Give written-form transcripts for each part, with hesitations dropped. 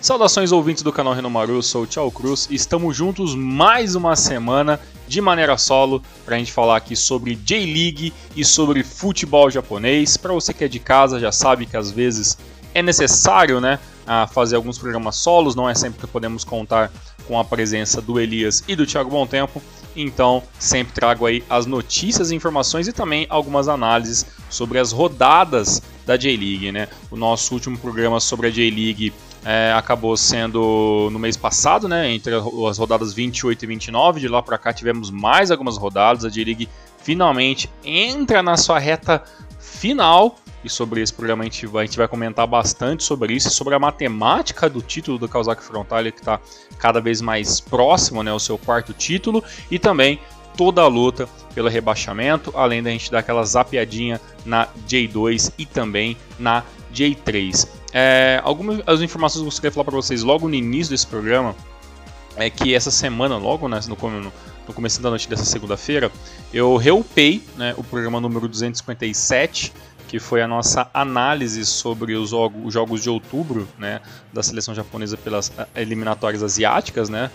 Saudações ouvintes do canal Renomaru, eu sou o Tchau Cruz e estamos juntos mais uma semana de maneira solo para a gente falar aqui sobre J-League e sobre futebol japonês. Para você que é de casa já sabe que às vezes é necessário, né, fazer alguns programas solos, não é sempre que podemos contar com a presença do Elias e do Thiago Bom Tempo, então sempre trago aí as notícias e informações e também algumas análises sobre as rodadas da J-League, né? O nosso último programa sobre a J-League acabou sendo no mês passado, né, entre as rodadas 28 e 29, de lá para cá tivemos mais algumas rodadas, a J-League finalmente entra na sua reta final, e sobre esse programa a gente vai comentar bastante sobre isso, sobre a matemática do título do Kawasaki Frontale, que está cada vez mais próximo, né, ao seu quarto título, e também toda a luta pelo rebaixamento, além da gente dar aquela zapeadinha na J2 e também na J3. Algumas das informações que eu gostaria de falar para vocês logo no início desse programa é que essa semana, logo no começo da noite dessa segunda-feira, eu reupei, né, o programa número 257, que foi a nossa análise sobre os jogos de outubro, né, da seleção japonesa pelas eliminatórias asiáticas, né,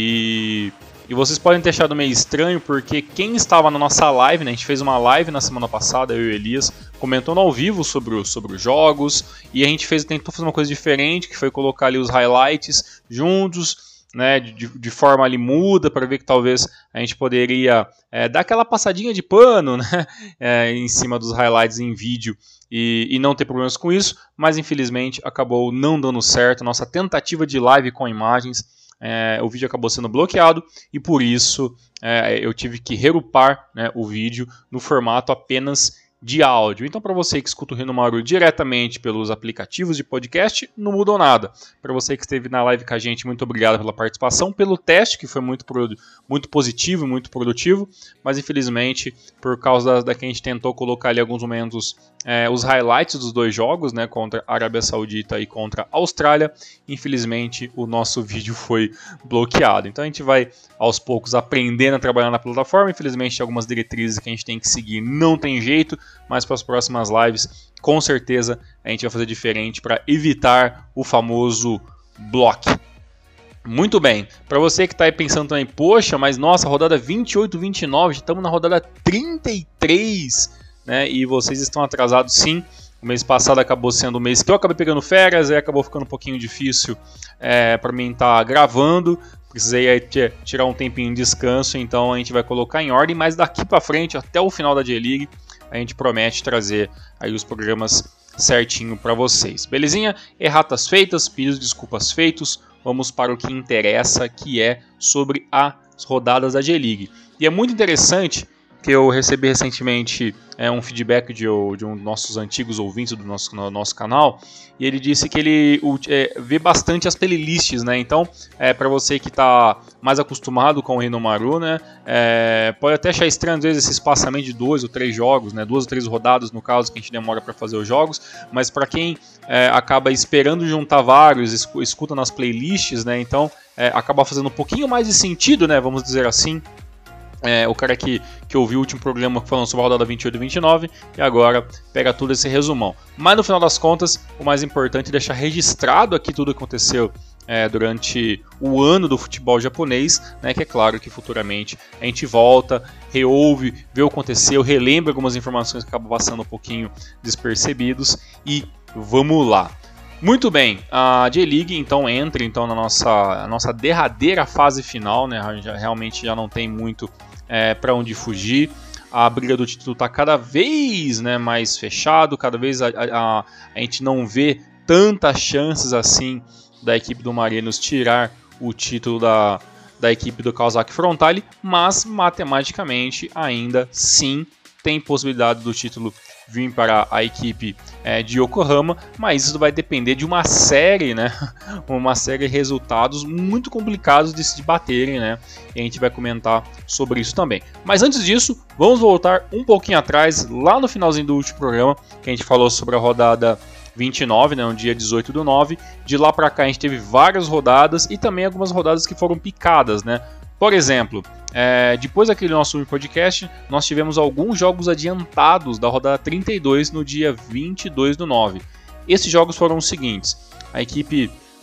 e vocês podem ter achado meio estranho, porque quem estava na nossa live, né, a gente fez uma live na semana passada, eu e o Elias, comentando ao vivo sobre os jogos, e a gente tentou fazer uma coisa diferente, que foi colocar ali os highlights juntos, né, de forma ali muda, para ver que talvez a gente poderia dar aquela passadinha de pano, né, em cima dos highlights em vídeo e não ter problemas com isso, mas infelizmente acabou não dando certo. Nossa tentativa de live com imagens, o vídeo acabou sendo bloqueado e por isso eu tive que regrupar, né, o vídeo no formato apenas de áudio. Então, para você que escuta o Renomaru diretamente pelos aplicativos de podcast, não mudou nada. Para você que esteve na live com a gente, muito obrigado pela participação, pelo teste, que foi muito positivo e muito produtivo, mas infelizmente, por causa da que a gente tentou colocar ali alguns momentos os highlights dos dois jogos, né, contra a Arábia Saudita e contra a Austrália, infelizmente o nosso vídeo foi bloqueado. Então a gente vai aos poucos aprendendo a trabalhar na plataforma. Infelizmente tem algumas diretrizes que a gente tem que seguir, não tem jeito, mas para as próximas lives com certeza a gente vai fazer diferente para evitar o famoso block. Muito bem, para você que está aí pensando também, poxa, mas nossa, rodada 28, 29, já estamos na rodada 33, né, e vocês estão atrasados sim. O mês passado acabou sendo o mês que eu acabei pegando férias, aí acabou ficando um pouquinho difícil para mim estar gravando, precisei aí tirar um tempinho de descanso, então a gente vai colocar em ordem, mas daqui para frente, até o final da J-League, a gente promete trazer aí os programas certinho para vocês. Belezinha? Erratas feitas, pedidos de desculpas feitos, vamos para o que interessa, que é sobre as rodadas da J-League. E é muito interessante que eu recebi recentemente um feedback de um dos nossos antigos ouvintes do nosso canal, e ele disse que ele vê bastante as playlists, né? Então, para você que está mais acostumado com o Renomaru, né, pode até achar estranho às vezes esse espaçamento de 2 ou 3 jogos, né, 2 ou 3 rodadas no caso que a gente demora para fazer os jogos, mas para quem acaba esperando juntar vários, escuta nas playlists, né, então acaba fazendo um pouquinho mais de sentido, né, vamos dizer assim. O cara que ouviu o último programa falando sobre a rodada 28 e 29 e agora pega todo esse resumão. Mas no final das contas, o mais importante é deixar registrado aqui tudo o que aconteceu durante o ano do futebol japonês, né, que é claro que futuramente a gente volta, reouve, vê o que aconteceu, relembra algumas informações que acabam passando um pouquinho despercebidos e vamos lá. Muito bem, a J-League então entra na nossa derradeira fase final, né? Realmente já não tem muito para onde fugir. A briga do título está cada vez, né, mais fechado, cada vez a gente não vê tantas chances assim da equipe do Marinos tirar o título da equipe do Kawasaki Frontale, mas matematicamente ainda sim tem possibilidade do título vir para a equipe de Yokohama, mas isso vai depender de uma série, né? Uma série de resultados muito complicados de se baterem, né? E a gente vai comentar sobre isso também. Mas antes disso, vamos voltar um pouquinho atrás, lá no finalzinho do último programa, que a gente falou sobre a rodada 29, né, no dia 18/9. De lá para cá a gente teve várias rodadas e também algumas rodadas que foram picadas, né? Por exemplo, depois daquele nosso podcast, nós tivemos alguns jogos adiantados da rodada 32 no dia 22/9. Esses jogos foram os seguintes: a equipe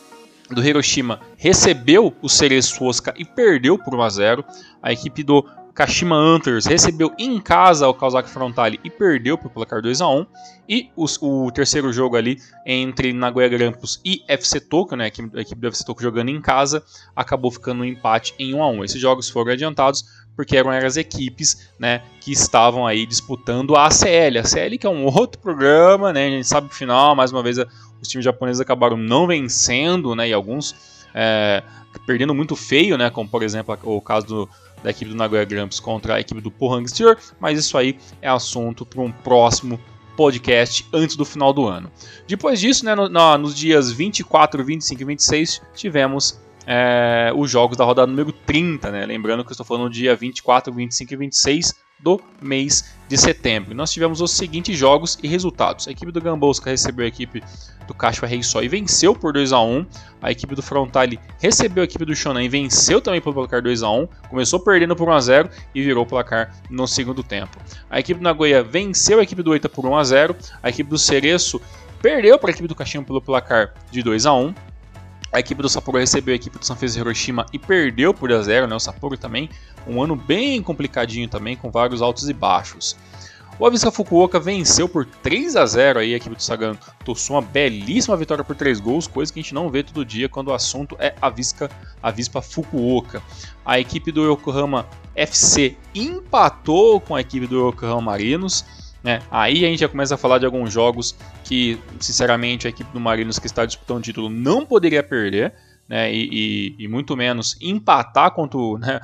do Hiroshima recebeu o Cereço Osaka e perdeu por 1-0. A equipe do Kashima Antlers recebeu em casa o Kawasaki Frontale e perdeu por placar 2-1. E o terceiro jogo ali entre Nagoya Grampus e FC Tokyo, né, a equipe do FC Tokyo jogando em casa, acabou ficando um empate em 1-1. Esses jogos foram adiantados porque eram as equipes, né, que estavam aí disputando a ACL. A ACL que é um outro programa, né, a gente sabe que no final, mais uma vez, os times japoneses acabaram não vencendo, né, e alguns perdendo muito feio, né, como por exemplo o caso da equipe do Nagoya Grampus contra a equipe do Pohang Steer, mas isso aí é assunto para um próximo podcast antes do final do ano. Depois disso, né, nos dias 24, 25 e 26, tivemos os jogos da rodada número 30, né? Lembrando que eu estou falando do dia 24, 25 e 26 do mês de setembro. Nós tivemos os seguintes jogos e resultados. A equipe do Gamba Osaka recebeu a equipe do Kashiwa Reysol e venceu por 2-1. A equipe do Frontale recebeu a equipe do Shonan e venceu também por placar 2-1. Começou perdendo por 1-0 e virou o placar no segundo tempo. A equipe do Nagoya venceu a equipe do Oita por 1-0. A equipe do Cereço perdeu para a equipe do Kashima pelo placar de 2-1. A equipe do Sapporo recebeu a equipe do Sanfrecce Hiroshima e perdeu por 1-0, né? O Sapporo também, um ano bem complicadinho também, com vários altos e baixos. O Avispa Fukuoka venceu por 3-0 aí a equipe do Sagan Tosu, uma belíssima vitória por 3 gols, coisa que a gente não vê todo dia quando o assunto é Avispa Fukuoka. A equipe do Yokohama FC empatou com a equipe do Yokohama Marinos. Aí a gente já começa a falar de alguns jogos que, sinceramente, a equipe do Marinos que está disputando o título não poderia perder, né, e muito menos empatar contra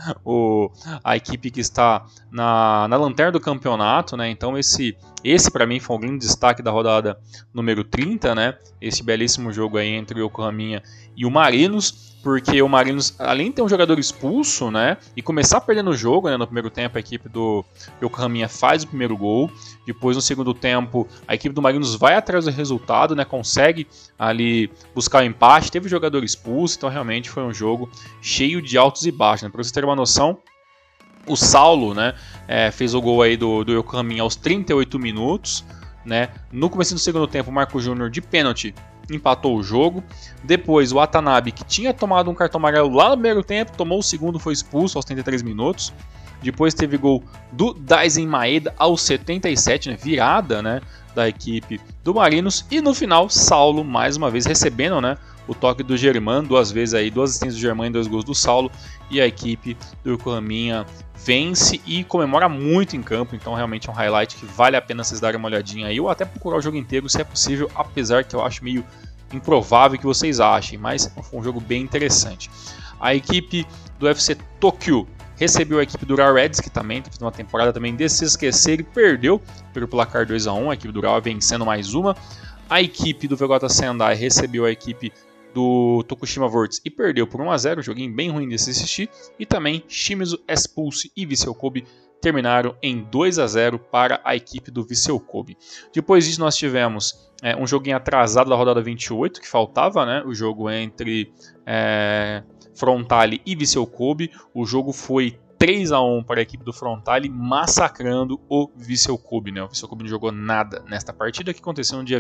a equipe que está na lanterna do campeonato, né. Então esse para mim foi um grande destaque da rodada número 30, né, esse belíssimo jogo aí entre o Yokohama e o Marinos, porque o Marinos, além de ter um jogador expulso, né, e começar perdendo o jogo, né, no primeiro tempo a equipe do Yokohama faz o primeiro gol, depois no segundo tempo a equipe do Marinos vai atrás do resultado, né, consegue ali buscar o empate, teve jogador expulso, então realmente foi um jogo cheio de altos e baixos, né. Para vocês terem uma noção, o Saulo, né, fez o gol aí do Yokohama aos 38 minutos, né. No começo do segundo tempo o Marco Júnior de pênalti empatou o jogo. Depois o Watanabe, que tinha tomado um cartão amarelo lá no primeiro tempo, tomou o segundo, foi expulso aos 33 minutos. Depois teve gol do Daisen Maeda aos 77, né, virada, né, da equipe do Marinos. E no final, Saulo mais uma vez recebendo, né, o toque do Germán, duas assistências do Germán e 2 gols do Saulo. E a equipe do Yokohama vence e comemora muito em campo, então realmente é um highlight que vale a pena vocês darem uma olhadinha aí, ou até procurar o jogo inteiro se é possível, apesar que eu acho meio improvável que vocês achem, mas foi um jogo bem interessante. A equipe do FC Tokyo recebeu a equipe do Urawa Reds, que também fez uma temporada também de se esquecer e perdeu pelo placar 2-1, a equipe do Urawa vencendo mais uma. A equipe do VJ Sendai recebeu a equipe do Tokushima Vortex e perdeu por 1-0, joguinho bem ruim de se assistir. E também Shimizu S-Pulse e Vissel Kobe terminaram em 2-0 para a equipe do Vissel Kobe. Depois disso nós tivemos um joguinho atrasado da rodada 28, que faltava, né, o jogo entre Frontale e Vissel Kobe. O jogo foi 3-1 para a equipe do Frontale, massacrando o Vissel Kobe, né? O Vissel Kobe não jogou nada nesta partida, que aconteceu no dia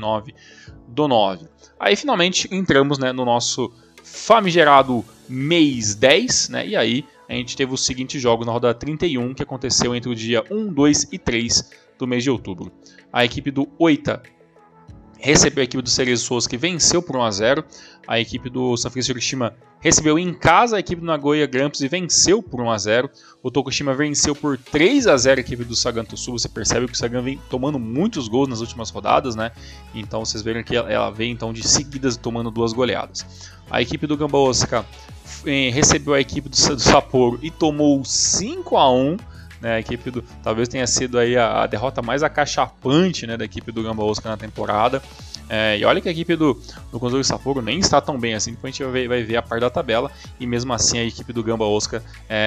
29/9. Aí finalmente entramos, né, no nosso famigerado mês 10, né? E aí a gente teve os seguintes jogos na rodada 31, que aconteceu entre o dia 1, 2 e 3 do mês de outubro. A equipe do Oita recebeu a equipe do Cereço Osaka, que venceu por 1-0. A equipe do Sanfrecce Hiroshima recebeu em casa a equipe do Nagoya Grampus e venceu por 1-0. O Tokushima venceu por 3-0 a equipe do Sagan Tosu. Você percebe que o Sagan vem tomando muitos gols nas últimas rodadas, né? Então vocês viram que ela vem então de seguidas tomando 2 goleadas. A equipe do Gamba Osaka recebeu a equipe do Sapporo e tomou 5-1. A equipe talvez tenha sido aí a derrota mais acachapante, né, da equipe do Gamba Osaka na temporada. E olha que a equipe do Konzori Sapporo nem está tão bem assim, depois a gente vai ver a parte da tabela. E mesmo assim a equipe do Gamba Osaka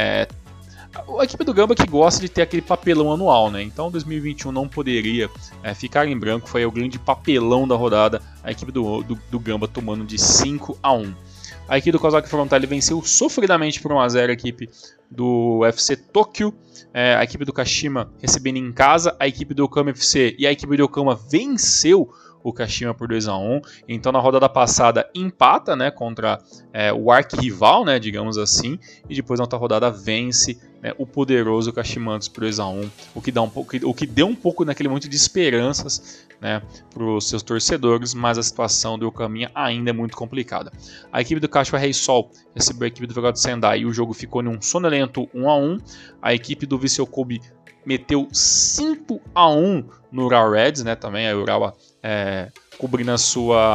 a equipe do Gamba que gosta de ter aquele papelão anual, né? Então 2021 não poderia ficar em branco, foi o grande papelão da rodada, a equipe do Gamba tomando de 5-1. A equipe do Kawasaki Frontale venceu sofridamente por 1-0 a equipe do FC Tokyo. A equipe do Kashima recebendo em casa a equipe do Yokohama FC, e a equipe do Yokohama venceu o Kashima por 2-1. Então na rodada passada empata, né, contra o arquirrival, né, digamos assim, e depois na outra rodada vence, né, o poderoso Kashimantos por 2-1, o que deu um pouco naquele momento de esperanças, né, para os seus torcedores, mas a situação do Yokohama ainda é muito complicada. A equipe do Kashiwa Reysol recebeu a equipe do Vegato Sendai e o jogo ficou em um sonolento 1-1. A equipe do Vissel Kobe meteu 5-1 no Urawa Reds, né, também a Urawa cobrindo a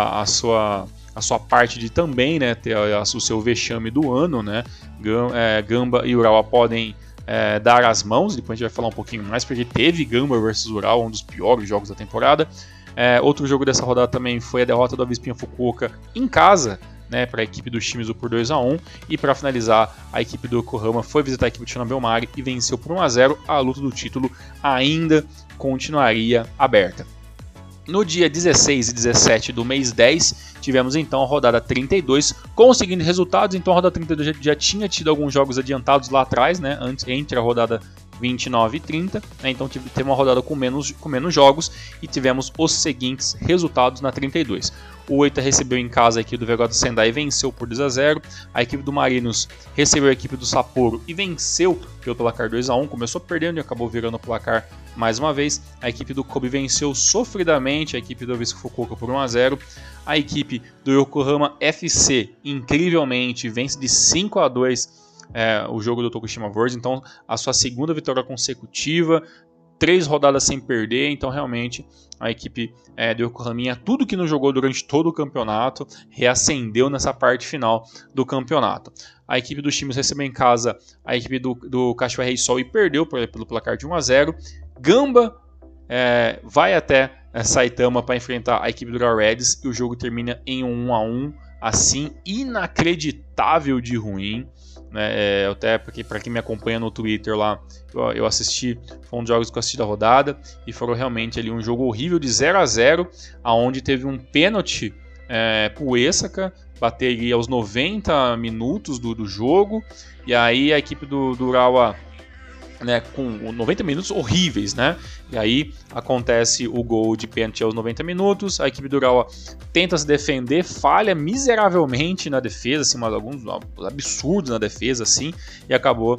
sua parte de também, né, ter o seu vexame do ano, né. Gamba e Urawa podem dar as mãos, depois a gente vai falar um pouquinho mais, porque teve Gamba vs Urawa, um dos piores jogos da temporada. Outro jogo dessa rodada também foi a derrota do Avispinha Fukuoka em casa, né, para a equipe do Shimizu por 2-1, e para finalizar, a equipe do Yokohama foi visitar a equipe do Shonan Bellmare e venceu por 1-0. A luta do título ainda continuaria aberta. No dia 16 e 17 do mês 10, tivemos então a rodada 32, com os seguintes resultados. Então a rodada 32 já tinha tido alguns jogos adiantados lá atrás, né, entre a rodada 29 e 30, né, então teve uma rodada com menos jogos e tivemos os seguintes resultados na 32. O Oita recebeu em casa a equipe do Vegato Sendai e venceu por 2-0. A equipe do Marinos recebeu a equipe do Sapporo e venceu pelo placar 2-1. Começou perdendo e acabou virando o placar mais uma vez. A equipe do Kobe venceu sofridamente a equipe do Vissel Fukuoka por 1-0. A equipe do Yokohama FC, incrivelmente, vence de 5-2 o jogo do Tokushima Versus. Então, a sua segunda vitória consecutiva, 3 rodadas sem perder. Então realmente a equipe do Yokohama, tudo que não jogou durante todo o campeonato, reacendeu nessa parte final do campeonato. A equipe do Shimizu recebeu em casa a equipe do Kashiwa Reysol e perdeu pelo placar de 1-0. Gamba vai até Saitama para enfrentar a equipe do Urawa Reds e o jogo termina em 1-1, assim, inacreditável de ruim. Até porque para quem me acompanha no Twitter lá, eu assisti, foi um dos jogos que eu assisti da rodada, e foram realmente ali um jogo horrível de 0-0, aonde teve um pênalti pro Esaka, bateria aos 90 minutos do jogo, e aí a equipe do Urawa, né, com 90 minutos horríveis, né? E aí acontece o gol de pênalti aos 90 minutos, a equipe do Urawa tenta se defender, falha miseravelmente na defesa, assim, alguns absurdos na defesa, assim, e acabou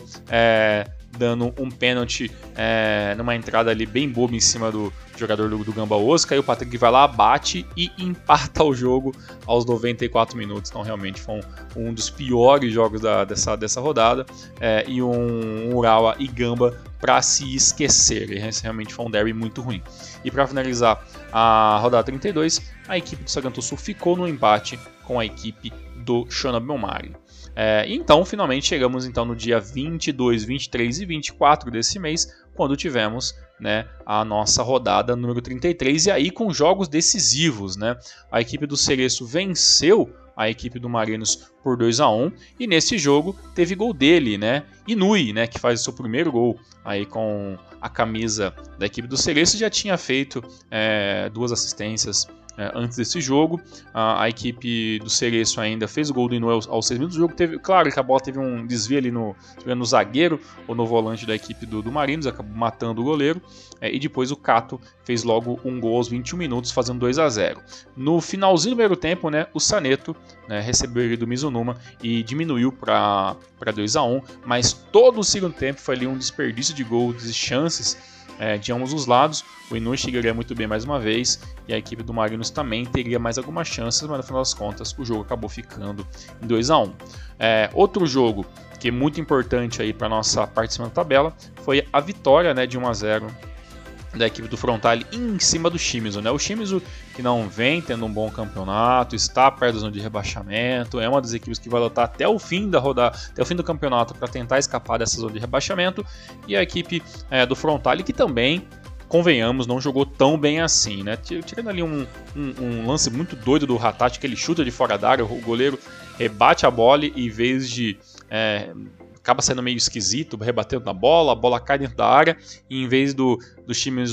dando um pênalti numa entrada ali bem boba em cima do jogador do Gamba Osaka, e o Patrick vai lá, bate e empata o jogo aos 94 minutos. Então realmente foi um dos piores jogos dessa rodada, e um Urawa e Gamba para se esquecer. Esse realmente foi um derby muito ruim. E para finalizar a rodada 32, a equipe do Saganto Sul ficou no empate com a equipe do Shonan Bellmare. Então, finalmente chegamos então no dia 22, 23 e 24 desse mês, quando tivemos, né, a nossa rodada número 33, e aí com jogos decisivos, né? A equipe do Cereço venceu a equipe do Marinos por 2-1, e nesse jogo teve gol dele, né, Inui, né, que faz o seu primeiro gol aí com a camisa da equipe do Cereço. Já tinha feito 2 assistências antes desse jogo. A equipe do Cereço ainda fez o gol do Inoue aos 6 minutos. O jogo teve, claro que a bola teve um desvio ali no zagueiro ou no volante da equipe do Marinos, acabou matando o goleiro, e depois o Kato fez logo um gol aos 21 minutos, fazendo 2-0. No finalzinho do primeiro tempo, né, o Saneto, né, recebeu ele do Mizunuma e diminuiu para 2-1, mas todo o segundo tempo foi ali um desperdício de gols e chances de ambos os lados. O Inoue chegaria muito bem mais uma vez, e a equipe do Marinos também teria mais algumas chances, mas no final das contas o jogo acabou ficando em 2-1. Outro jogo que é muito importante aí para nossa participação na tabela foi a vitória, né, de 1-0 da equipe do Frontale em cima do Shimizu, né? O Shimizu, que não vem tendo um bom campeonato, está perto da zona de rebaixamento, é uma das equipes que vai lutar até o fim da rodada, até o fim do campeonato, para tentar escapar dessa zona de rebaixamento. E a equipe do Frontale, que também, convenhamos, não jogou tão bem assim, né? Tirando ali um lance muito doido do Hatachi, que ele chuta de fora da área, o goleiro rebate a bola e, em vez de acaba sendo meio esquisito, rebatendo na bola, a bola cai dentro da área, e em vez do Shimizu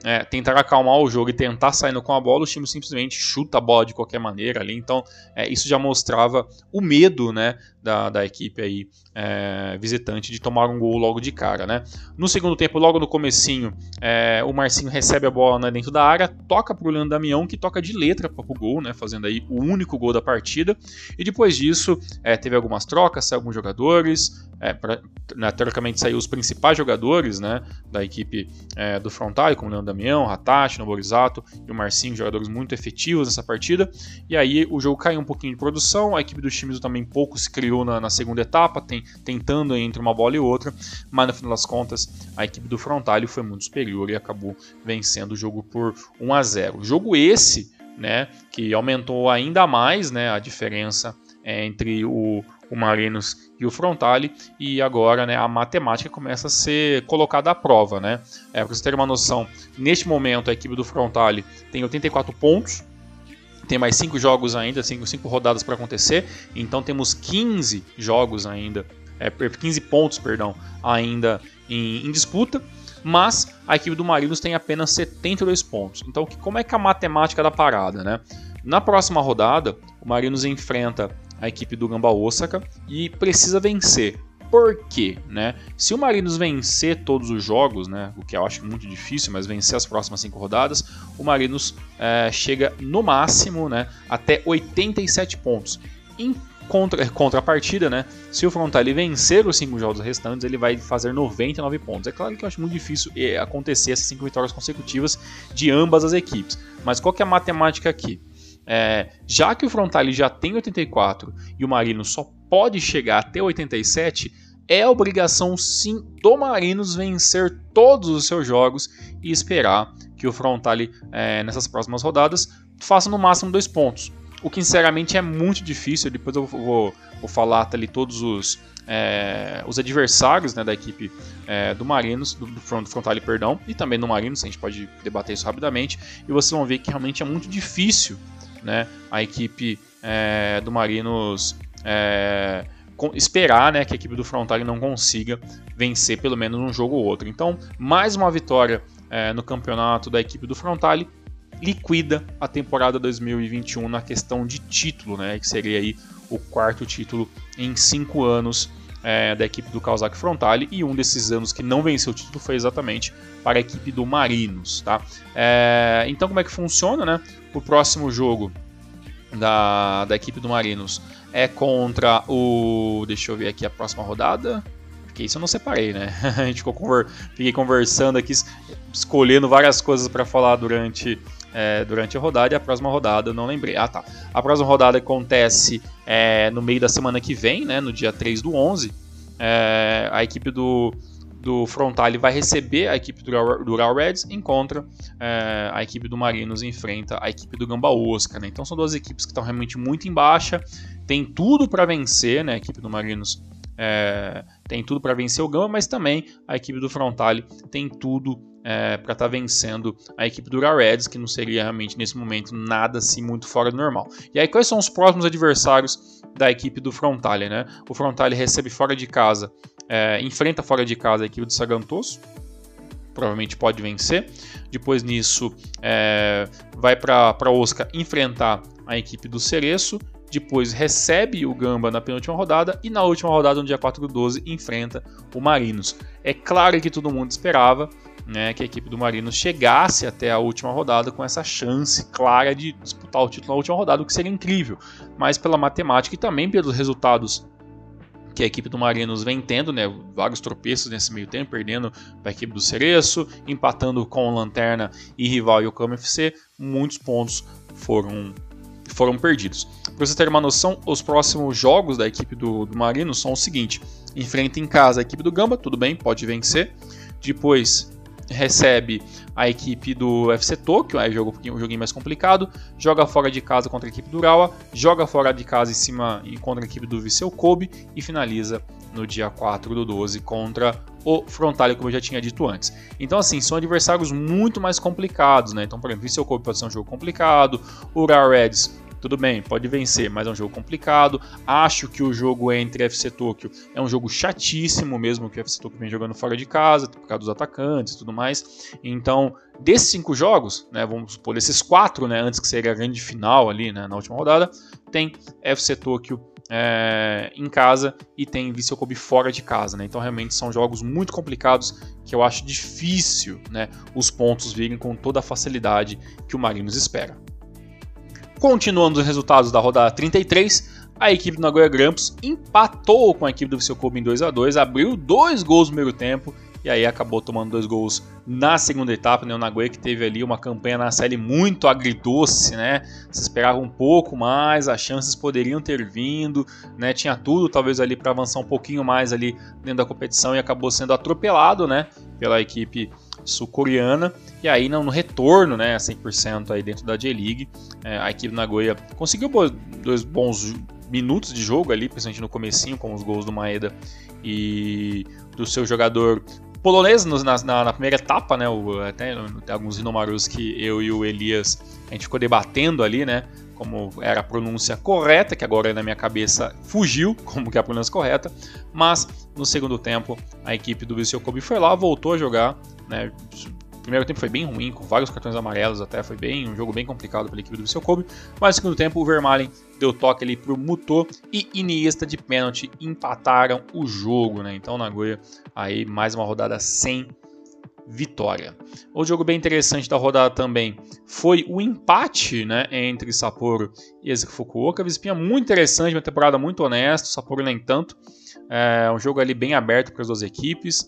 tentar acalmar o jogo e tentar saindo com a bola, o time simplesmente chuta a bola de qualquer maneira ali. Então isso já mostrava o medo, né, da equipe aí, visitante de tomar um gol logo de cara, né? No segundo tempo, logo no comecinho, o Marcinho recebe a bola, né, dentro da área, toca para o Leandro Damião, que toca de letra para o gol, né, fazendo aí o único gol da partida. E depois disso teve algumas trocas, saiu alguns jogadores, teoricamente saiu os principais jogadores, né, da equipe do Frontale, como o Leandro Damião, Hatate, Noborizato e o Marcinho, jogadores muito efetivos nessa partida. E aí o jogo caiu um pouquinho de produção, a equipe do Shimizu também pouco se criou na segunda etapa, tentando entre uma bola e outra, mas no final das contas a equipe do Frontale foi muito superior e acabou vencendo o jogo por 1-0. Jogo esse, né, que aumentou ainda mais, né, a diferença entre o Marinos e o Frontale, e agora, né, a matemática começa a ser colocada à prova, né? Para vocês terem uma noção, neste momento a equipe do Frontale tem 84 pontos, tem mais 5 jogos ainda, 5 rodadas para acontecer, então temos 15 jogos ainda, 15 pontos, perdão, ainda em disputa, mas a equipe do Marinos tem apenas 72 pontos. Então, como é que é a matemática da parada, né? Na próxima rodada, o Marinos enfrenta a equipe do Gamba Osaka e precisa vencer. Por quê? Né? Se o Marinos vencer todos os jogos, né, o que eu acho muito difícil, mas vencer as próximas 5 rodadas, o Marinos chega no máximo, né, até 87 pontos. Em contrapartida, né, se o Frontale vencer os 5 jogos restantes, ele vai fazer 99 pontos. É claro que eu acho muito difícil acontecer essas 5 vitórias consecutivas de ambas as equipes. Mas qual que é a matemática aqui? Já que o Frontale já tem 84 e o Marinos só pode chegar até 87, é obrigação sim do Marinos vencer todos os seus jogos e esperar que o Frontale nessas próximas rodadas faça no máximo 2 pontos. O que sinceramente é muito difícil. Depois eu vou falar ali todos os adversários, né, da equipe do Marinos, do Frontale, perdão, e também do Marinos. A gente pode debater isso rapidamente e vocês vão ver que realmente é muito difícil, né, a equipe do Marinos esperar, né, que a equipe do Frontale não consiga vencer pelo menos um jogo ou outro. Então, mais uma vitória no campeonato da equipe do Frontale liquida a temporada 2021 na questão de título, né, que seria aí o 4º título em 5 anos da equipe do Kawasaki Frontale, e um desses anos que não venceu o título foi exatamente para a equipe do Marinos, tá? Então como é que funciona, né? O próximo jogo da equipe do Marinos é contra o... Deixa eu ver aqui a próxima rodada, porque isso eu não separei, né? A gente fiquei conversando aqui, escolhendo várias coisas para falar durante a rodada, e a próxima rodada eu não lembrei. Tá. A próxima rodada acontece no meio da semana que vem, né, no dia 3/11. A equipe do Frontale vai receber a equipe do Ural Reds, encontra a equipe do Marinos, enfrenta a equipe do Gamba Osaka, né? Então são duas equipes que estão realmente muito em baixa, tem tudo para vencer, né? A equipe do Marinos tem tudo para vencer o Gamba, mas também a equipe do Frontale tem tudo para estar vencendo a equipe do Ural Reds, que não seria realmente nesse momento nada assim muito fora do normal. E aí quais são os próximos adversários da equipe do Frontale, né? O Frontale recebe fora de casa, enfrenta fora de casa a equipe do Sagantoso, provavelmente pode vencer. Depois nisso vai para Osaka enfrentar a equipe do Cereço. Depois recebe o Gamba na penúltima rodada e na última rodada, no dia 4/12, enfrenta o Marinos. É claro que todo mundo esperava, né, que a equipe do Marinos chegasse até a última rodada com essa chance clara de disputar o título na última rodada, o que seria incrível. Mas pela matemática e também pelos resultados que a equipe do Marinos vem tendo, né, vários tropeços nesse meio tempo, perdendo para a equipe do Cereço, empatando com o Lanterna e rival Yokohama FC, muitos pontos foram perdidos. Para você ter uma noção, os próximos jogos da equipe do Marinos são o seguinte: enfrenta em casa a equipe do Gamba, tudo bem, pode vencer. Depois recebe a equipe do FC Tokyo, um joguinho mais complicado. Joga fora de casa contra a equipe do Urawa, joga fora de casa em cima contra a equipe do Vissel Kobe e finaliza no dia 4/12 contra o Frontale, como eu já tinha dito antes. Então, assim, são adversários muito mais complicados, né? Então, por exemplo, Vissel Kobe pode ser um jogo complicado, o Ural Reds tudo bem, pode vencer, mas é um jogo complicado. Acho que o jogo entre FC Tokyo é um jogo chatíssimo, mesmo que o FC Tokyo vem jogando fora de casa, por causa dos atacantes e tudo mais. Então, desses 5 jogos, né, vamos supor, desses 4, né, antes que seja a grande final ali, né, na última rodada, tem FC Tokyo em casa e tem Vissel Kobe fora de casa, né? Então realmente são jogos muito complicados que eu acho difícil, né, os pontos virem com toda a facilidade que o Marinos espera. Continuando os resultados da rodada 33, a equipe do Nagoya Grampus empatou com a equipe do Vissel Kobe em 2-2, abriu 2 gols no primeiro tempo e aí acabou tomando 2 gols na segunda etapa, né? O Nagoya que teve ali uma campanha na série muito agridoce, né? Se esperava um pouco mais, as chances poderiam ter vindo, né? Tinha tudo talvez ali para avançar um pouquinho mais ali dentro da competição e acabou sendo atropelado, né, pela equipe sul-coreana. E aí no retorno, né, 100% aí dentro da J-League, a equipe do Nagoya conseguiu 2 bons minutos de jogo ali, principalmente no comecinho, com os gols do Maeda e do seu jogador polonês na primeira etapa, né? Até alguns Hinomarus que eu e o Elias a gente ficou debatendo ali, né? Como era a pronúncia correta, que agora na minha cabeça fugiu como que é a pronúncia correta, mas no segundo tempo a equipe do Vissel Kobe foi lá, voltou a jogar, né? O primeiro tempo foi bem ruim, com vários cartões amarelos até, foi um jogo bem complicado pela equipe do Vissel Kobe, mas no segundo tempo o Vermaelen deu toque ali pro Muto e Iniesta de pênalti empataram o jogo, né? Então Nagoya aí mais uma rodada sem vitória. Outro jogo bem interessante da rodada também foi o empate, né, entre Sapporo e ESEC Fukuoka. Vespinha muito interessante, uma temporada muito honesta, Sapporo nem tanto. Um jogo ali bem aberto para as duas equipes.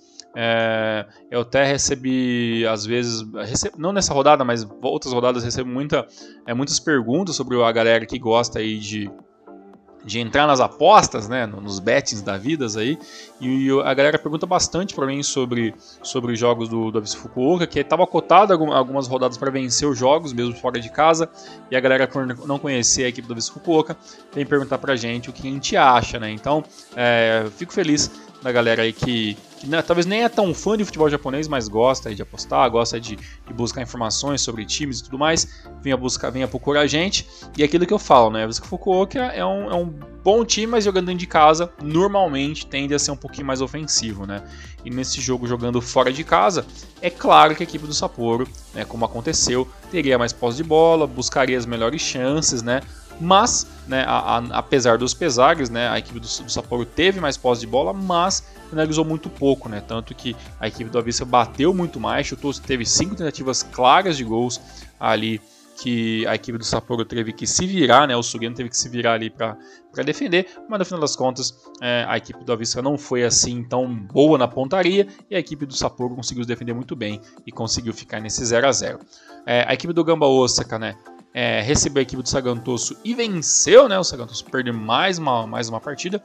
Eu até recebi, às vezes, não nessa rodada, mas outras rodadas, recebo muitas perguntas sobre a galera que gosta aí de entrar nas apostas, né, nos bettings da vida aí, e a galera pergunta bastante para mim sobre os jogos do ABC Fukuoka, que estava cotado algumas rodadas para vencer os jogos, mesmo fora de casa, e a galera, por não conhecer a equipe do ABC Fukuoka, vem perguntar pra gente o que a gente acha, né? Então, fico feliz da galera aí que talvez nem é tão fã de futebol japonês, mas gosta aí de apostar, gosta de buscar informações sobre times e tudo mais, venha procurar a gente. E é aquilo que eu falo, né? O Fukuoka é um bom time, mas jogando dentro de casa, normalmente tende a ser um pouquinho mais ofensivo, né? E nesse jogo, jogando fora de casa, é claro que a equipe do Sapporo, né, como aconteceu, teria mais posse de bola, buscaria as melhores chances, né? Mas, né, apesar dos pesares, né, a equipe do Sapporo teve mais posse de bola, mas finalizou muito pouco, né? Tanto que a equipe do Avissa bateu muito mais, teve 5 tentativas claras de gols ali, que a equipe do Sapporo teve que se virar, né? O Sugeno teve que se virar ali para defender, mas no final das contas a equipe do Avissa não foi assim tão boa na pontaria e a equipe do Sapporo conseguiu se defender muito bem e conseguiu ficar nesse 0-0. A equipe do Gamba Osaka, né, recebeu a equipe do Sagantoso e venceu, né? O Sagantoso perdeu mais uma partida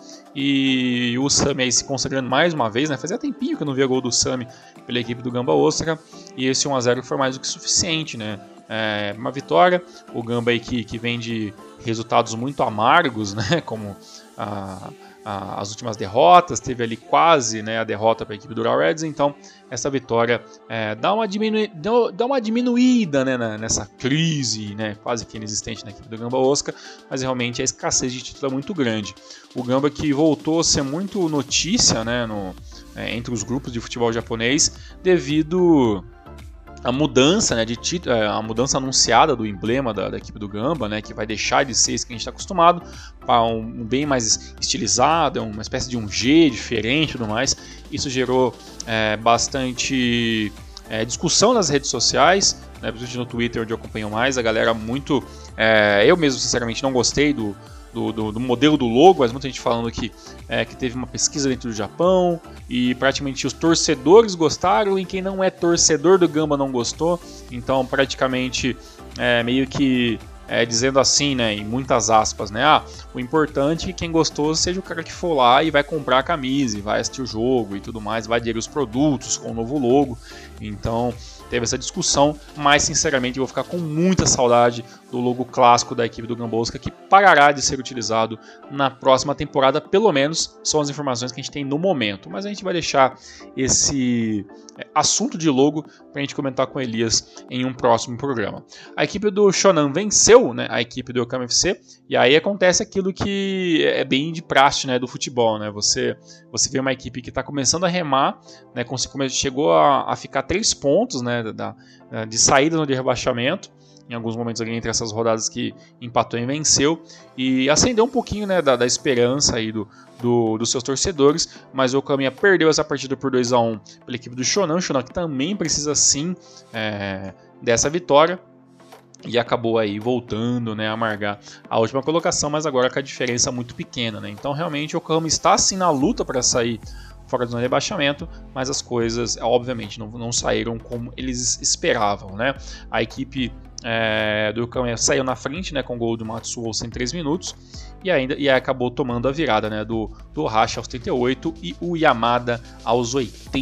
e o Sami aí se consagrando mais uma vez, né? Fazia tempinho que eu não via gol do Sami pela equipe do Gamba Osaka e esse 1-0 foi mais do que suficiente, né? Uma vitória, o Gamba aí que vem de resultados muito amargos, né? Como as últimas derrotas, teve ali quase, né, a derrota para a equipe do Ural Reds, então essa vitória dá uma diminuída, né, nessa crise, né, quase que inexistente na equipe do Gamba Osaka, mas realmente a escassez de título é muito grande. O Gamba que voltou a ser muito notícia, né, entre os grupos de futebol japonês devido a mudança, né, a mudança anunciada do emblema da equipe do Gamba, né, que vai deixar de ser isso que a gente está acostumado para um bem mais estilizado, uma espécie de um G diferente e tudo mais. Isso gerou bastante discussão nas redes sociais, né, principalmente no Twitter, onde eu acompanho mais, a galera muito... eu mesmo, sinceramente, não gostei do modelo do logo, mas muita gente falando que teve uma pesquisa dentro do Japão e praticamente os torcedores gostaram e quem não é torcedor do Gamba não gostou, então praticamente meio que dizendo assim, né, em muitas aspas, né, o importante é que quem gostou seja o cara que for lá e vai comprar a camisa, e vai assistir o jogo e tudo mais, vai aderir os produtos com o novo logo, então teve essa discussão, mas sinceramente eu vou ficar com muita saudade do logo clássico da equipe do Gambosca, que parará de ser utilizado na próxima temporada, pelo menos são as informações que a gente tem no momento, mas a gente vai deixar esse assunto de logo para a gente comentar com o Elias em um próximo programa. A equipe do Shonan venceu, né, a equipe do Yokohama FC, e aí acontece aquilo que é bem de praxe, né, do futebol, né? Você vê uma equipe que está começando a remar, né, chegou a ficar 3 pontos, né, de saída no de rebaixamento, em alguns momentos ali entre essas rodadas que empatou e venceu, e acendeu um pouquinho, né, da esperança aí dos seus torcedores, mas o Yokohama perdeu essa partida por 2-1 pela equipe do Shonan, que também precisa sim dessa vitória, e acabou aí voltando, né, a amargar a última colocação, mas agora com a diferença muito pequena, né? Então realmente o Yokohama está sim na luta para sair fora do rebaixamento, mas as coisas obviamente não saíram como eles esperavam, né? A equipe do Yokohama saiu na frente, né, com o gol do Matsuo aos 103 minutos e acabou tomando a virada, né, do Hashi aos 38 e o Yamada aos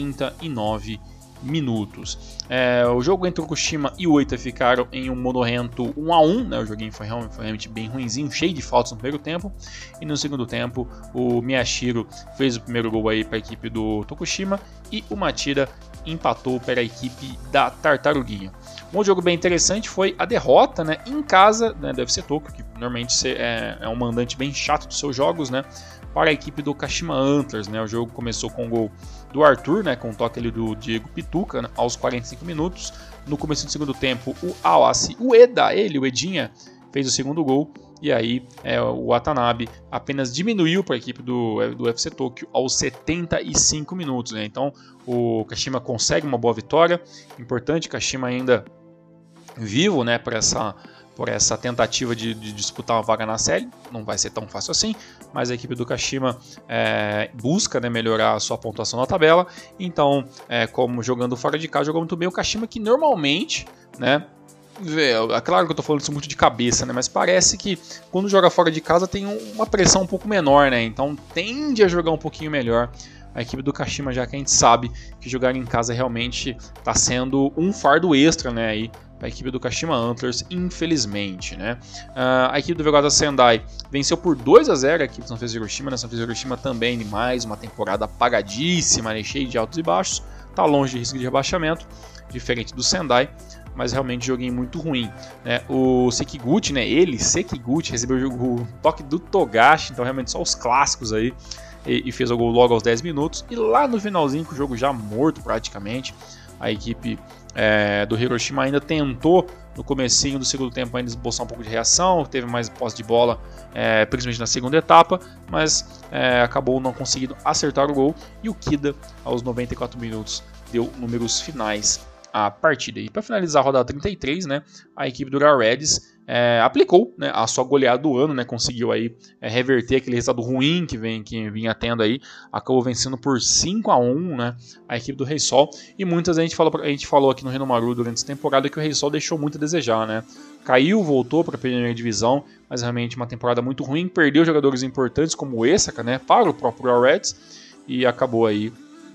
89 minutos. O jogo entre o Kushima e o Oita ficaram em um monorrento 1-1, né? O joguinho foi realmente bem ruinzinho, cheio de faltas no primeiro tempo, e no segundo tempo o Miyashiro fez o primeiro gol aí para a equipe do Tokushima e o Matida empatou para a equipe da Tartaruguinha. Um jogo bem interessante foi a derrota, né, em casa, né, do FC Tokyo, que normalmente é um mandante bem chato dos seus jogos, né, para a equipe do Kashima Antlers, né? O jogo começou com o gol do Arthur, né, com o toque ali do Diego Pituca, né, aos 45 minutos. No começo do segundo tempo, o Awase Ueda, o Edinha, fez o segundo gol. E aí o Watanabe apenas diminuiu para a equipe do FC Tokyo aos 75 minutos. Né? Então o Kashima consegue uma boa vitória. Importante, Kashima ainda vivo, né, por essa tentativa de disputar uma vaga na série. Não vai ser tão fácil assim, mas a equipe do Kashima busca, né, melhorar a sua pontuação na tabela. Então, como jogando fora de casa, jogou muito bem o Kashima, que normalmente, né, é claro que eu tô falando isso muito de cabeça, né, mas parece que quando joga fora de casa tem uma pressão um pouco menor, né, então tende a jogar um pouquinho melhor a equipe do Kashima, já que a gente sabe que jogar em casa realmente está sendo um fardo extra, né, aí a equipe do Kashima Antlers, infelizmente, né? A equipe do Vegoda Sendai venceu por 2-0 a equipe do Sanfrecce Hiroshima, né? Sanfrecce Hiroshima também mais uma temporada apagadíssima, né? Cheia de altos e baixos, tá longe de risco de rebaixamento, diferente do Sendai, mas realmente joguinho muito ruim, né? O Sekiguchi, né? Sekiguchi, recebeu o toque do Togashi, então realmente só os clássicos aí, e fez o gol logo aos 10 minutos, e lá no finalzinho, com o jogo já morto praticamente, a equipe do Hiroshima ainda tentou no comecinho do segundo tempo ainda esboçar um pouco de reação, teve mais posse de bola, principalmente na segunda etapa, mas acabou não conseguindo acertar o gol, e o Kida aos 94 minutos deu números finais à partida. E para finalizar a rodada 33, né, a equipe do Real Reds aplicou, né, a sua goleada do ano, né, conseguiu aí reverter aquele resultado ruim que vinha tendo aí, acabou vencendo por 5-1, né, a equipe do Reysol, e muitas a gente falou aqui no Renomaru durante essa temporada que o Reysol deixou muito a desejar, né, caiu, voltou para a primeira divisão, mas realmente uma temporada muito ruim, perdeu jogadores importantes como o Esaka, né, para o próprio Real Reds, e acabou aí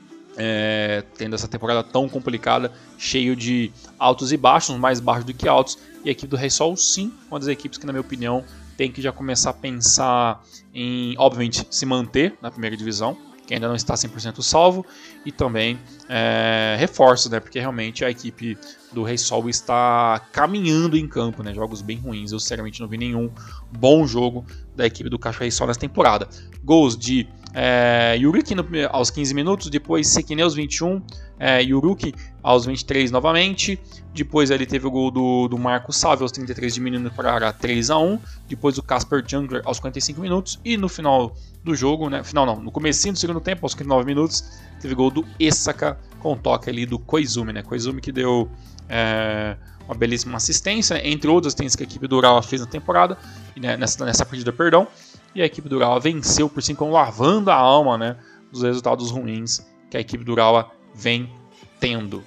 tendo essa temporada tão complicada, cheio de altos e baixos, mais baixos do que altos, e a equipe do Reysol, sim, uma das equipes que, na minha opinião, tem que já começar a pensar em, obviamente, se manter na primeira divisão, que ainda não está 100% salvo, e também reforços, né, porque realmente a equipe do Reysol está caminhando em campo, né, jogos bem ruins. Eu sinceramente não vi nenhum bom jogo da equipe do Kashiwa Reysol nessa temporada. Gols de Yuruki aos 15 minutos, depois Sekine aos 21, Yuruki aos 23 novamente, depois ele teve o gol do Marco Salve aos 33 diminuindo para 3-1, depois o Casper Jungler aos 45 minutos, e no final do jogo, né, no comecinho do segundo tempo, aos 59 minutos, teve gol do Esaka com o toque ali do Koizumi, né, Koizumi que deu uma belíssima assistência, entre outras assistências que a equipe do Urawa fez na temporada, né, nessa partida, perdão, e a equipe do Urawa venceu por 5-1, lavando a alma, né, dos resultados ruins que a equipe do Urawa vem tendo.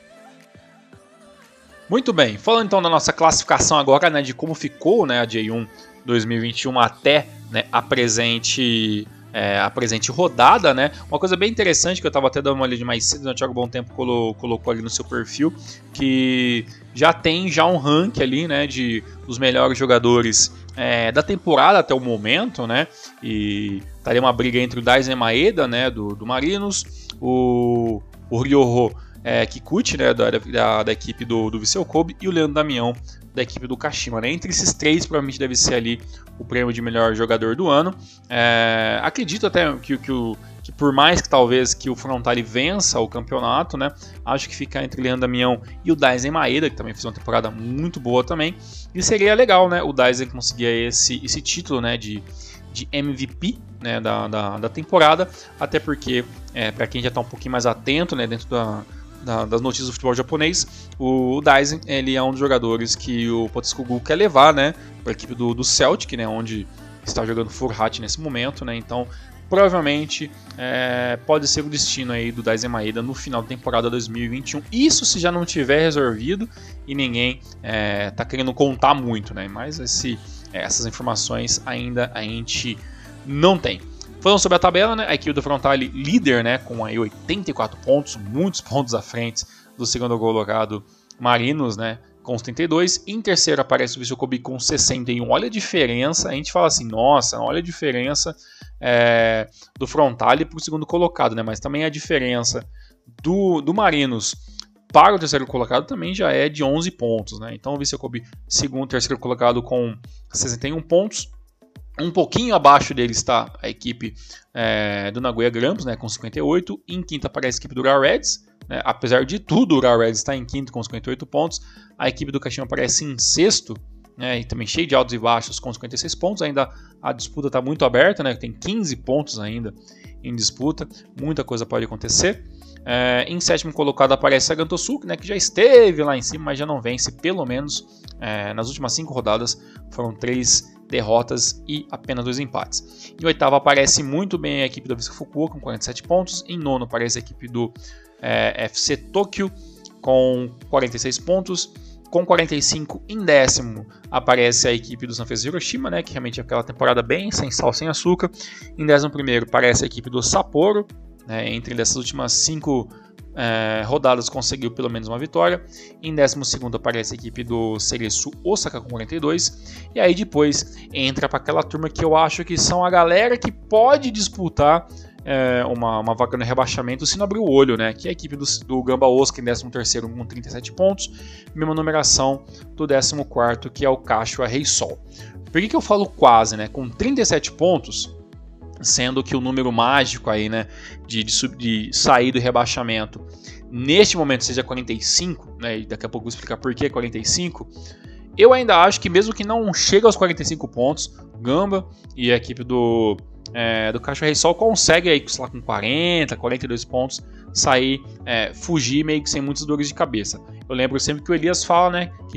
Muito bem, falando então da nossa classificação agora, né, de como ficou, né, a J1 2021 até, né, a presente a presente rodada, né? Uma coisa bem interessante que eu estava até dando uma olhada mais cedo, né? O Thiago Bom Tempo colocou ali no seu perfil, que já tem um ranking ali, né, dos melhores jogadores da temporada até o momento, né? E estaria uma briga entre o Daisen Maeda, né, do Marinos, o Ryoho Kikuchi, né, da equipe do Vissel Kobe, e o Leandro Damião, da equipe do Kashima, né? Entre esses três, provavelmente deve ser ali o prêmio de melhor jogador do ano. Acredito até que por mais que talvez que o Frontale vença o campeonato, né? Acho que fica entre o Leandro Damião e o Daisen Maeda, que também fez uma temporada muito boa também. E seria legal, né? O Daisen conseguir esse título, né? De MVP, né? Da temporada, até porque para quem já está um pouquinho mais atento, né? Dentro das notícias do futebol japonês, o Daisen, ele é um dos jogadores que o Poteskougou quer levar, né, para a equipe do Celtic, né, onde está jogando Furhat nesse momento, né, então provavelmente pode ser o destino aí do Daisen Maeda no final da temporada 2021, isso se já não tiver resolvido e ninguém está querendo contar muito, né, mas essas informações ainda a gente não tem. Falando sobre a tabela, né, a equipe do Frontale líder, né, com aí 84 pontos, muitos pontos à frente do segundo colocado Marinos, né, com os 32. Em terceiro aparece o Vissel Kobe com 61. Olha a diferença, a gente fala assim, nossa, olha a diferença do Frontale para o segundo colocado, né, mas também a diferença do Marinos para o terceiro colocado também já é de 11 pontos. Né, então o Vissel Kobe, terceiro colocado com 61 pontos. Um pouquinho abaixo dele está a equipe do Nagoya Grampus, né, com 58. Em quinta aparece a equipe do Urawa Reds. Né, apesar de tudo, o Urawa Reds está em quinto com 58 pontos. A equipe do Kashima aparece em sexto, né, e também cheio de altos e baixos com 56 pontos. Ainda a disputa está muito aberta, né, tem 15 pontos ainda em disputa. Muita coisa pode acontecer. Em sétimo colocado aparece a Gantosuke, né, que já esteve lá em cima, mas já não vence, pelo menos nas últimas 5 rodadas. Foram 3 derrotas e apenas 2 empates. Em oitavo aparece muito bem a equipe do Vissel Fukuoka com 47 pontos. Em nono aparece a equipe do FC Tokyo com 46 pontos. Com 45 em décimo aparece a equipe do Sanfrecce Hiroshima, né, que realmente é aquela temporada bem sem sal, sem açúcar. Em 11º aparece a equipe do Sapporo, né, entre dessas últimas 5 rodadas conseguiu pelo menos uma vitória. Em 12º aparece a equipe do Cereçu Osaka com 42. E aí depois entra para aquela turma que eu acho que são a galera que pode disputar uma vaga no rebaixamento se não abrir o olho, né? Que é a equipe do Gamba Osaka em 13º com 37 pontos. Mesma numeração do 14º, que é o Kashiwa Reysol. Por que eu falo quase, né? Com 37 pontos, sendo que o número mágico aí, né, de sair do rebaixamento neste momento seja 45, né, e daqui a pouco eu vou explicar por que 45, eu ainda acho que mesmo que não chegue aos 45 pontos, o Gamba e a equipe do Kashiwa Reysol consegue aí, sei lá, com 40, 42 pontos sair, fugir meio que sem muitas dores de cabeça. Eu lembro sempre que o Elias fala, né, que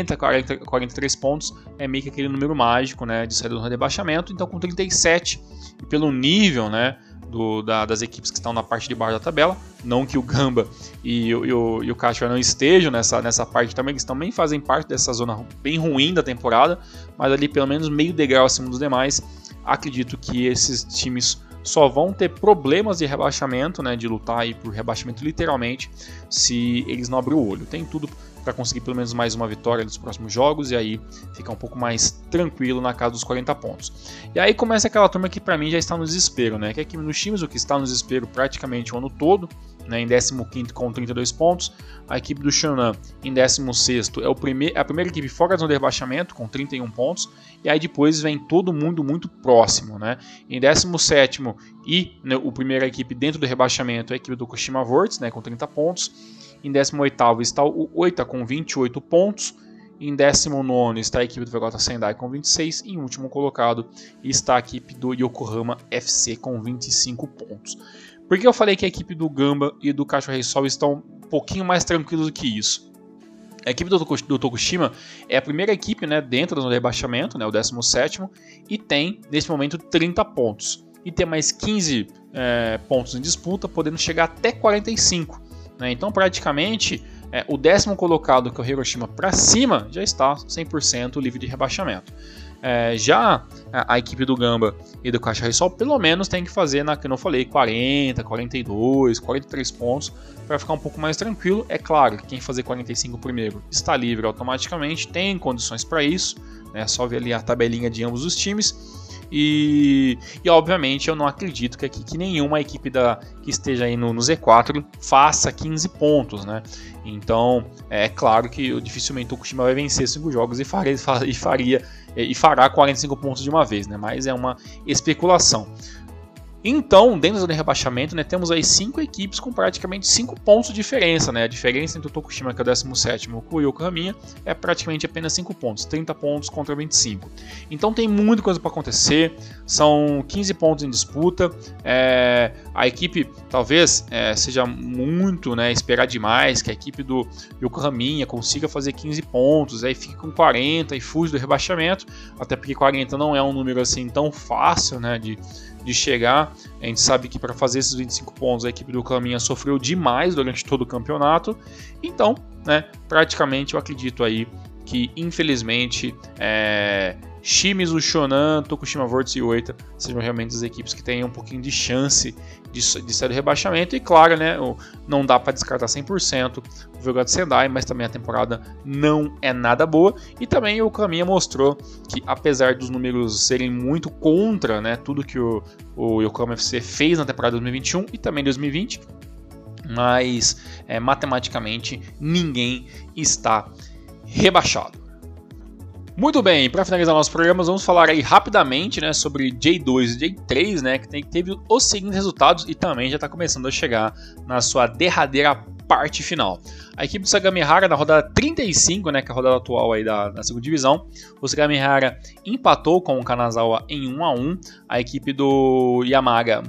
43 pontos é meio que aquele número mágico, né, de sair do rebaixamento. Então com 37 e pelo nível, né, das equipes que estão na parte de baixo da tabela, não que o Gamba e o Kashiwa não estejam nessa parte também, que também fazem parte dessa zona bem ruim da temporada, mas ali pelo menos meio degrau acima dos demais. Acredito que esses times só vão ter problemas de rebaixamento, né, de lutar aí por rebaixamento literalmente, se eles não abrirem o olho. Tem tudo para conseguir pelo menos mais uma vitória nos próximos jogos e aí ficar um pouco mais tranquilo na casa dos 40 pontos. E aí começa aquela turma que para mim já está no desespero, né, que é aqui nos times o que está no desespero praticamente o ano todo, né, em 15º com 32 pontos, a equipe do Shonan em 16º é a primeira equipe fora da zona de rebaixamento com 31 pontos, e aí depois vem todo mundo muito próximo, né? Em 17º e, né, a primeira equipe dentro do rebaixamento é a equipe do Kashima Vortex, né, com 30 pontos. Em 18º está o Oita com 28 pontos. Em 19º está a equipe do Vegeta Sendai com 26. E em último colocado está a equipe do Yokohama FC com 25 pontos. Por que eu falei que a equipe do Gamba e do Kashiwa Reysol estão um pouquinho mais tranquilos do que isso? A equipe do Tokushima é a primeira equipe, né, dentro do rebaixamento, né, o 17º, e tem, nesse momento, 30 pontos. E tem mais 15 pontos em disputa, podendo chegar até 45. Né? Então, praticamente, o 10º colocado, que é o Hiroshima, para cima, já está 100% livre de rebaixamento. Já a equipe do Gamba e do Caixa-Sol pelo menos tem que fazer, que eu falei, 40, 42, 43 pontos para ficar um pouco mais tranquilo. É claro que quem fazer 45 primeiro está livre automaticamente, tem condições para isso, né? Só ver ali a tabelinha de ambos os times. E obviamente eu não acredito que nenhuma equipe que esteja aí no Z4 faça 15 pontos, né? Então é claro que dificilmente o Tokushima vai vencer 5 jogos e fará 45 pontos de uma vez, né? Mas é uma especulação. Então, dentro do rebaixamento, né, temos aí 5 equipes com praticamente 5 pontos de diferença, né? A diferença entre o Tokushima, que é o 17º, e o Yokohama é praticamente apenas 5 pontos, 30 pontos contra 25. Então tem muita coisa para acontecer, são 15 pontos em disputa. A equipe talvez seja muito, né, esperar demais que a equipe do Yokohama consiga fazer 15 pontos, aí fique com 40 e fuja do rebaixamento, até porque 40 não é um número assim tão fácil, né, de chegar. A gente sabe que para fazer esses 25 pontos a equipe do Caminha sofreu demais durante todo o campeonato. Então, né, praticamente eu acredito aí que infelizmente Shimizu, Shonan, Tokushima Vortis e Oita sejam realmente as equipes que têm um pouquinho de chance de sair do rebaixamento. E claro, né, não dá para descartar 100% o Velgado Sendai, mas também a temporada não é nada boa. E também o Caminha mostrou que, apesar dos números serem muito contra, né, tudo que o Yokohama FC fez na temporada de 2021 e também 2020, mas matematicamente ninguém está rebaixado. Muito bem, para finalizar nosso programa, vamos falar aí rapidamente, né, sobre J2 e J3, né, que teve os seguintes resultados e também já está começando a chegar na sua derradeira parte final. A equipe do Sagamihara na rodada 35, né, que é a rodada atual aí da segunda divisão, o Sagamihara empatou com o Kanazawa em 1-1, a equipe do Yamaga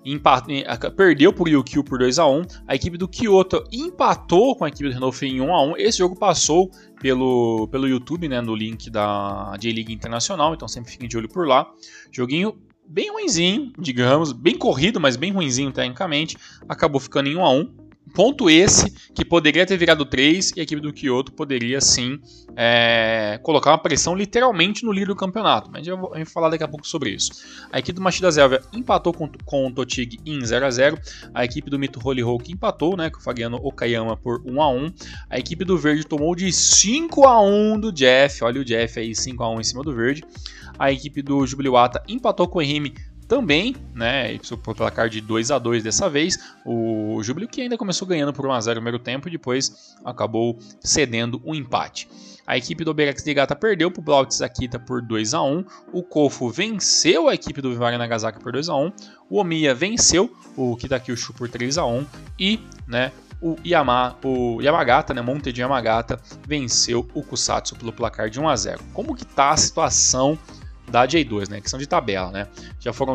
perdeu por Yukio por 2-1. A equipe do Kyoto empatou com a equipe do Renouf em 1-1. Esse jogo passou pelo YouTube, né, no link da J-League Internacional, então sempre fiquem de olho por lá. Joguinho bem ruinzinho, digamos, bem corrido, mas bem ruinzinho tecnicamente. Acabou ficando em 1-1. Ponto esse que poderia ter virado 3 e a equipe do Kyoto poderia sim colocar uma pressão literalmente no líder do campeonato. Mas a gente vai falar daqui a pouco sobre isso. A equipe do Machida Zelvia empatou com o Totig em 0-0. A equipe do Mito Holy Hulk empatou, né, com o Fagiano Okayama por 1-1. A equipe do Verde tomou de 5-1 do Jeff. Olha o Jeff aí, 5-1 em cima do Verde. A equipe do Jubiluata empatou com o Ehime também, né, por placar de 2-2 dessa vez. O Júbilo que ainda começou ganhando por 1-0 no primeiro tempo e depois acabou cedendo um empate. A equipe do Oberex Niigata perdeu para o Blauts Akita por 2-1. O Kofu venceu a equipe do Vivari Nagasaki por 2-1. O Omiya venceu o Kitakyushu por 3-1. E, né, o Yamagata, né, Monte de Yamagata, venceu o Kusatsu pelo placar de 1-0. Como que tá a situação da J2, né, questão de tabela, né? Já foram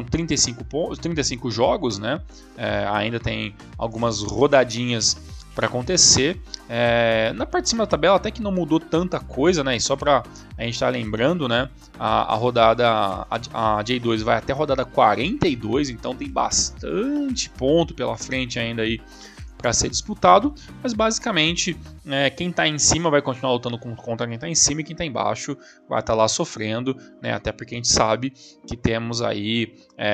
35 jogos, né? Ainda tem algumas rodadinhas para acontecer. Na parte de cima da tabela até que não mudou tanta coisa, né? E só para a gente estar lembrando, né? A J2 vai até a rodada 42, então tem bastante ponto pela frente ainda aí para ser disputado, mas basicamente quem está em cima vai continuar lutando contra quem está em cima e quem está embaixo vai estar lá sofrendo, né? Até porque a gente sabe que temos aí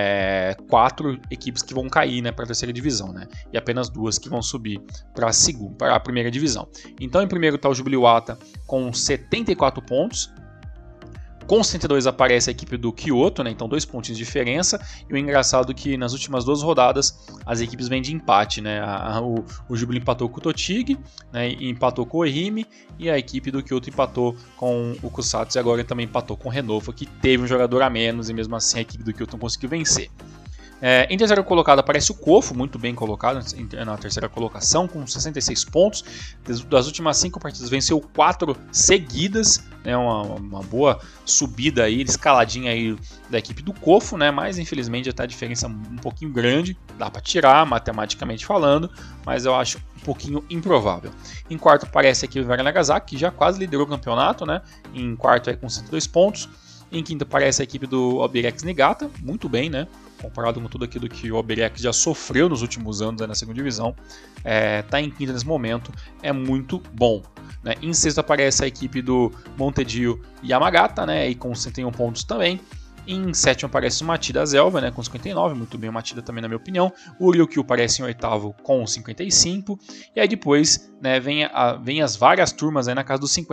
4 equipes que vão cair, né, para a terceira divisão, né? E apenas 2 que vão subir para a primeira divisão. Então em primeiro está o Jubiluata com 74 pontos. Com 102 aparece a equipe do Kyoto, né? Então 2 pontinhos de diferença. E o engraçado é que nas últimas 2 rodadas as equipes vêm de empate, né? O Júbilo empatou com o Totig, né? E empatou com o Ehime, e a equipe do Kyoto empatou com o Kusatsu e agora também empatou com o Renova, que teve um jogador a menos e mesmo assim a equipe do Kyoto não conseguiu vencer. Em terceiro colocado aparece o Kofu, muito bem colocado na terceira colocação, com 66 pontos. Das últimas 5 partidas venceu 4 seguidas, né, uma boa subida aí, escaladinha aí da equipe do Kofu, né, mas infelizmente já está a diferença um pouquinho grande, dá para tirar matematicamente falando, mas eu acho um pouquinho improvável. Em quarto aparece a equipe do Vivari Nagasaki, que já quase liderou o campeonato, né, em quarto é com 102 pontos. Em quinto aparece a equipe do Oberex Niigata, muito bem, né? Comparado com tudo aquilo que o Oberex já sofreu nos últimos anos, né, na segunda divisão, tá em quinto nesse momento, é muito bom. né? Em sexto aparece a equipe do Montedio Yamagata, né? E com 61 pontos também. Em sétimo aparece o Matida Zelva, né, com 59, muito bem o Matida também na minha opinião. O Ryukyu aparece em oitavo com 55. E aí depois, né, vem as várias turmas aí na casa dos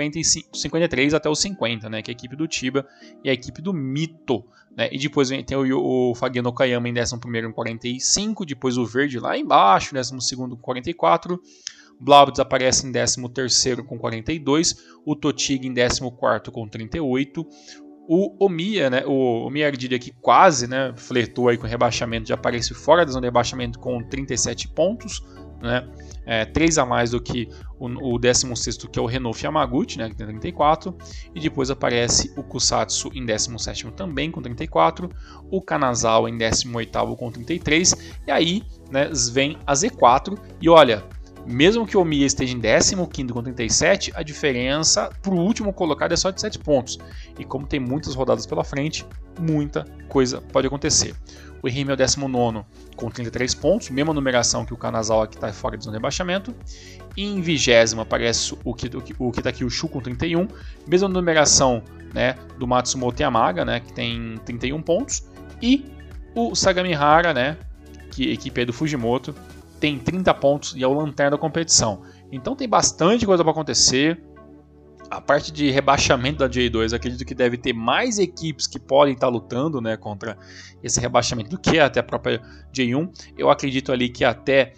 53 até os 50, né, que é a equipe do Chiba e a equipe do Mito. Né, e depois tem o Fagio Okayama em 11º com 45, depois o Verde lá embaixo, 12º com 44. Blaublitz aparece em 13º com 42, o Totig em 14º com 38. O Omiya, né, o Omiya Ardilha que quase, né, flertou aí com o rebaixamento, já aparece fora da zona de rebaixamento com 37 pontos, né, 3 a mais do que o 16º, que é o Renault Yamaguchi, né, que tem 34, e depois aparece o Kusatsu em 17º também com 34, o Kanazawa em 18º com 33, e aí, né, vem a Z4, e olha, mesmo que o Omiya esteja em 15º com 37, a diferença para o último colocado é só de 7 pontos. E como tem muitas rodadas pela frente, muita coisa pode acontecer. O Ehime é o 19º com 33 pontos, mesma numeração que o Kanazawa, que está fora de zona de rebaixamento. Em 20º aparece o Kitakyushu com 31, mesma numeração, né, do Matsumoto Yamaga, né, que tem 31 pontos. E o Sagamihara, né, que é a equipe do Fujimoto, tem 30 pontos e é o lanterna da competição. Então tem bastante coisa para acontecer. A parte de rebaixamento da J2, acredito que deve ter mais equipes que podem estar lutando, né, contra esse rebaixamento do que até a própria J1. Eu acredito ali que até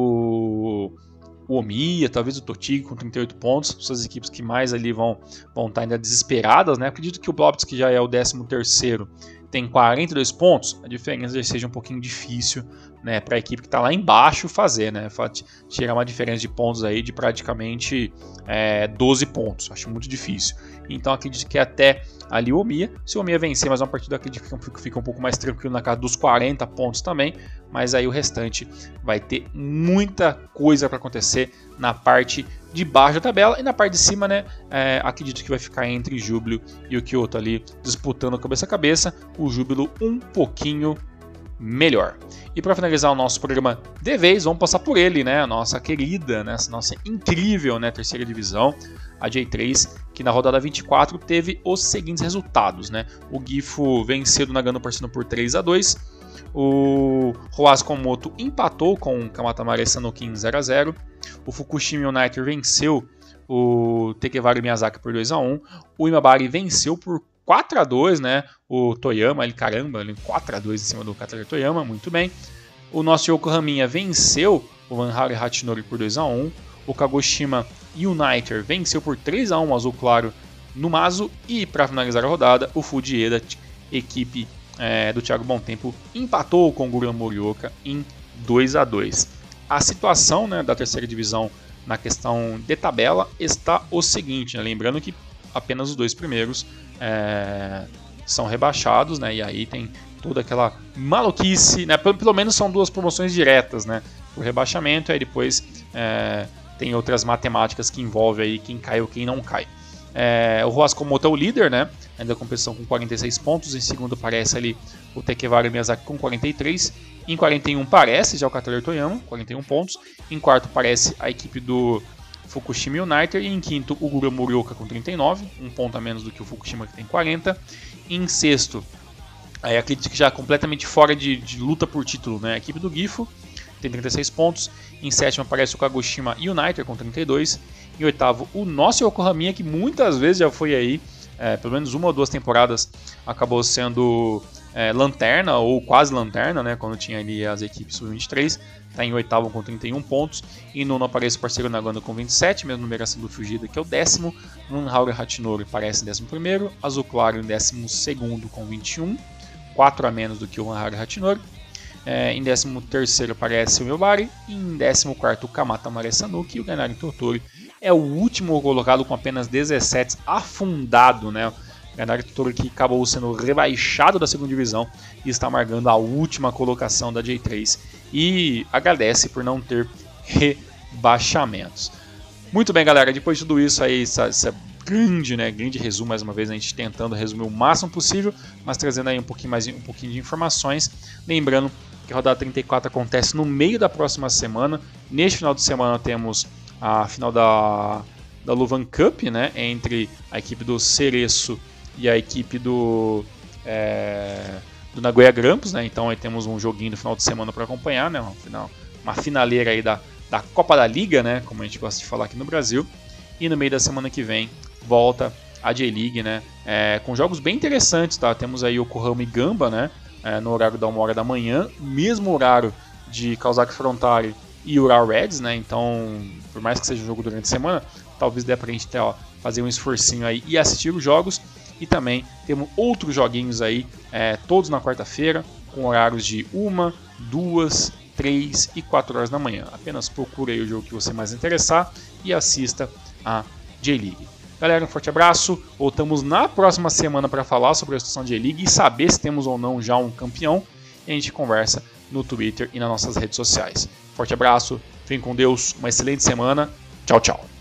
o Omiya, talvez o Totig com 38 pontos, são as equipes que mais ali vão estar ainda desesperadas, né? Acredito que o Blaublitz, que já é o 13º, tem 42 pontos, a diferença já seja um pouquinho difícil, né, para a equipe que está lá embaixo fazer, né, tirar uma diferença de pontos aí de praticamente 12 pontos, acho muito difícil. Então acredito que até ali o Omiya, se o Omiya vencer mais uma partida, acredito que fica um pouco mais tranquilo na casa dos 40 pontos também, mas aí o restante vai ter muita coisa para acontecer na parte de baixo da tabela, e na parte de cima, né, acredito que vai ficar entre Júbilo e o Kyoto ali disputando cabeça a cabeça, o Júbilo um pouquinho melhor. E para finalizar o nosso programa de vez, vamos passar por ele, né, a nossa querida, né, nossa incrível, né, terceira divisão, a J3, que na rodada 24 teve os seguintes resultados, né, o Gifu venceu o Nagano Parsino por 3-2, o Roaz Komoto empatou com o Kamatamare Sanoki em 0-0, o Fukushima United venceu o Tekevaro Miyazaki por 2-1, o Imabari venceu por 4-2, né? O Toyama, ele 4-2 em cima do Katara Toyama, muito bem. O nosso Yokohama venceu o Vanhari Hachinori por 2-1. O Kagoshima United venceu por 3-1 o Azul Claro no Mazo. E para finalizar a rodada, o Fujieda, equipe do Thiago Bontempo, empatou com o Gurren Morioka em 2-2. A situação, né, da terceira divisão na questão de tabela está o seguinte, né? Lembrando que apenas os dois primeiros são rebaixados, né? E aí tem toda aquela maluquice, né? Pelo menos são duas promoções diretas, né? O rebaixamento, aí depois tem outras matemáticas que envolvem aí quem cai ou quem não cai. O Roaz Komoto é o líder, né? Ainda da competição com 46 pontos. Em segundo aparece ali o Tekevaro Miyazaki com 43. Em 41 aparece já o Katara Toyama, 41 pontos. Em quarto aparece a equipe do Fukushima United, e em quinto o Gurren Morioka com 39, um ponto a menos do que o Fukushima, que tem 40. Em sexto, aí acredito que já completamente fora de luta por título, né, a equipe do Gifu, tem 36 pontos. Em sétimo aparece o Kagoshima United com 32. Em oitavo, o nosso Yokohama, que muitas vezes já foi aí, pelo menos uma ou duas temporadas, acabou sendo lanterna ou quase lanterna, né, quando tinha ali as equipes sub-23. Está em oitavo com 31 pontos. E nono aparece o parceiro Nagano com 27, mesma numeração do Fujida, que é o décimo. Vanhari Hachinori aparece em 11º. Azul Claro em 12º com 21, 4 a menos do que o Vanhari Hachinori. Em 13º aparece o Imabari. E em 14º o Kamatamare Sanoki. E o Gainari Tottori é o último colocado com apenas 17, afundado, né? O Gainari Tottori, que acabou sendo rebaixado da segunda divisão e está amargando a última colocação da J3 e agradece por não ter rebaixamentos. Muito bem, galera, depois de tudo isso aí, essa grande resumo, mais uma vez a gente tentando resumir o máximo possível, mas trazendo aí um pouquinho de informações, lembrando que a rodada 34 acontece no meio da próxima semana. Neste final de semana temos a final da da Luvan Cup, né, entre a equipe do Cereço e a equipe do Nagoya Grampus, né? Então aí temos um joguinho no final de semana para acompanhar, né? Uma finaleira aí da Copa da Liga, né? Como a gente gosta de falar aqui no Brasil. E no meio da semana que vem volta a J-League, né? Com jogos bem interessantes, tá? Temos aí Yokohama e Gamba, né? No horário da 1h da manhã, mesmo horário de Kawasaki Frontale e Ural Reds, né? Então, por mais que seja um jogo durante a semana, talvez dê pra gente fazer um esforcinho aí e assistir os jogos. E também temos outros joguinhos aí, todos na quarta-feira, com horários de 1, 2, 3 e 4 horas da manhã. Apenas procure aí o jogo que você mais interessar e assista a J-League. Galera, um forte abraço. Voltamos na próxima semana para falar sobre a situação de J-League e saber se temos ou não já um campeão. E a gente conversa no Twitter e nas nossas redes sociais. Forte abraço, fiquem com Deus, uma excelente semana. Tchau, tchau.